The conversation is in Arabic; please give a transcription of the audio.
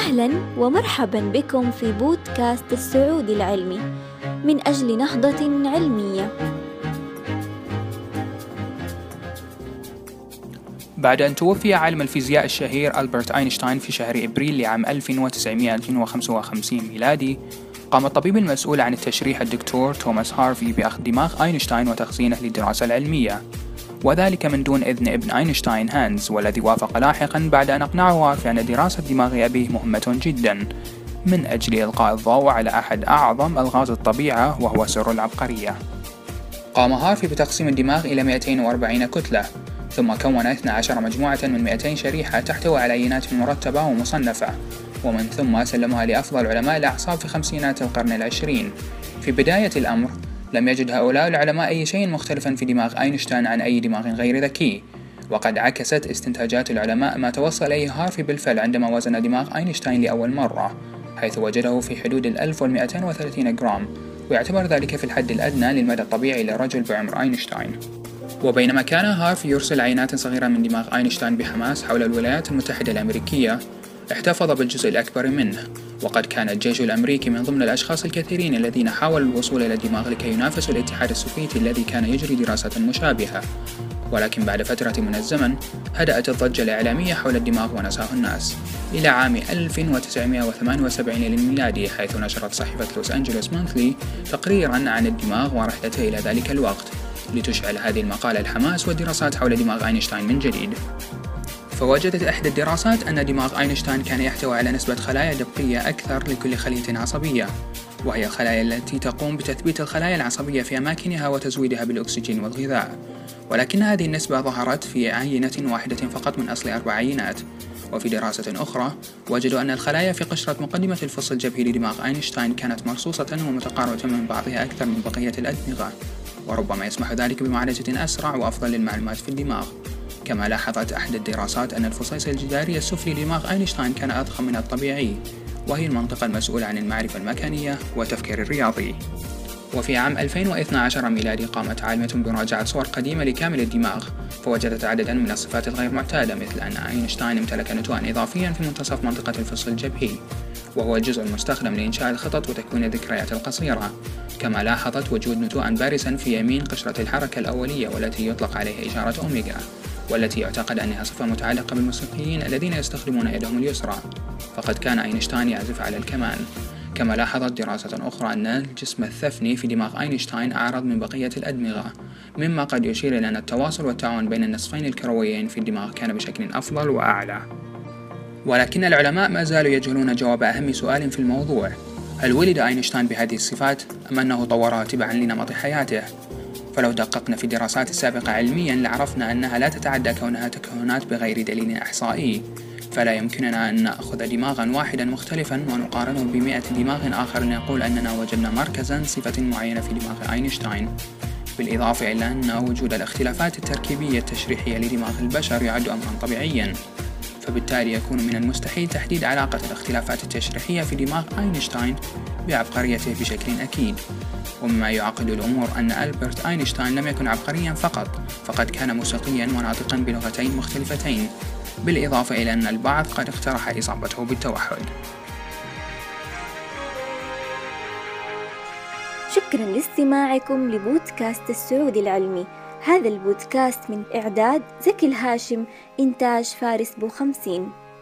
أهلا ومرحبا بكم في بودكاست السعودي العلمي من أجل نهضة علمية. بعد أن توفي عالم الفيزياء الشهير ألبرت أينشتاين في شهر إبريل لعام 1955 ميلادي، قام الطبيب المسؤول عن التشريح الدكتور توماس هارفي بأخذ دماغ أينشتاين وتخزينه للدراسة العلمية، وذلك من دون إذن ابن أينشتاين هانز، والذي وافق لاحقا بعد أن أقنعه هارفي أن دراسة دماغ أبيه مهمة جدا من أجل إلقاء الضوء على أحد أعظم ألغاز الطبيعة وهو سر العبقرية. قام هارفي بتقسيم الدماغ إلى 240 كتلة، ثم كون 12 مجموعة من 200 شريحة تحتوي على عينات مرتبة ومصنفة، ومن ثم سلمها لأفضل علماء الأعصاب في خمسينات القرن العشرين. في بداية الأمر لم يجد هؤلاء العلماء أي شيء مختلفا في دماغ أينشتاين عن أي دماغ غير ذكي، وقد عكست استنتاجات العلماء ما توصل إليه هارفي بالفعل عندما وزن دماغ أينشتاين لأول مرة، حيث وجده في حدود 1230 جرام، ويعتبر ذلك في الحد الأدنى للمدى الطبيعي لرجل بعمر أينشتاين. وبينما كان هارفي يرسل عينات صغيرة من دماغ أينشتاين بحماس حول الولايات المتحدة الأمريكية، احتفظ بالجزء الأكبر منه، وقد كان الجيش الأمريكي من ضمن الأشخاص الكثيرين الذين حاولوا الوصول إلى الدماغ لكي ينافسوا الاتحاد السوفيتي الذي كان يجري دراسة مشابهة. ولكن بعد فترة من الزمن هدأت الضجة الإعلامية حول الدماغ ونساه الناس، إلى عام 1978 للميلادي، حيث نشرت صحيفة لوس أنجلوس مونثلي تقريرا عن الدماغ ورحلته إلى ذلك الوقت، لتشعل هذه المقالة الحماس والدراسات حول دماغ أينشتاين من جديد. فوجدت إحدى الدراسات أن دماغ أينشتاين كان يحتوي على نسبة خلايا دقية أكثر لكل خلية عصبية، وهي الخلايا التي تقوم بتثبيت الخلايا العصبية في أماكنها وتزويدها بالأكسجين والغذاء، ولكن هذه النسبة ظهرت في عينة واحدة فقط من أصل 4 عينات. وفي دراسة أخرى وجدوا أن الخلايا في قشرة مقدمة الفص الجبهي لدماغ أينشتاين كانت مرصوصة ومتقاربة من بعضها أكثر من بقية الأدمغة، وربما يسمح ذلك بمعالجة أسرع وأفضل للمعلومات في الدماغ. كما لاحظت أحد الدراسات أن الفصيص الجداري السفلي لدماغ أينشتاين كان أضخم من الطبيعي، وهي المنطقة المسؤولة عن المعرفة المكانية والتفكير الرياضي. وفي عام 2012 ميلادي قامت عالمة بمراجعة صور قديمة لكامل الدماغ، فوجدت عددا من الصفات الغير معتادة، مثل أن أينشتاين امتلك نتوءا إضافيا في منتصف منطقة الفص الجبهي، وهو الجزء المستخدم لإنشاء الخطط وتكوين الذكريات القصيرة. كما لاحظت وجود نتوءا بارزا في يمين قشرة الحركة الأولية، والتي يطلق عليها إشارة أوميغا، والتي يعتقد أنها صفة متعلقة بالموسيقيين الذين يستخدمون يدهم اليسرى، فقد كان أينشتاين يعزف على الكمان. كما لاحظت دراسة أخرى أن الجسم الثفني في دماغ أينشتاين أعرض من بقية الأدمغة، مما قد يشير إلى أن التواصل والتعاون بين النصفين الكرويين في الدماغ كان بشكل أفضل وأعلى. ولكن العلماء ما زالوا يجهلون جواب أهم سؤال في الموضوع: هل ولد أينشتاين بهذه الصفات أم أنه طورها تبعا لنمط حياته؟ فلو دققنا في الدراسات السابقة علميا لعرفنا أنها لا تتعدى كونها تكهنات بغير دليل إحصائي، فلا يمكننا أن نأخذ دماغا واحدا مختلفا ونقارنه ب100 دماغ آخر لنقول أننا وجدنا مركزا صفة معينة في دماغ أينشتاين. بالإضافة إلى أن وجود الاختلافات التركيبية التشريحية لدماغ البشر يعد أمرا طبيعيا، فبالتالي يكون من المستحيل تحديد علاقة الاختلافات التشريحية في دماغ أينشتاين بعبقريته بشكل أكيد. ومما يعقد الأمور أن ألبرت أينشتاين لم يكن عبقريا فقط، فقد كان موسيقيا وناطقا بلغتين مختلفتين، بالإضافة إلى أن البعض قد اقترح إصابته بالتوحد. شكرا لاستماعكم لبودكاست السعودي العلمي. هذا البودكاست من إعداد زكي الهاشم، إنتاج فارس بو 50.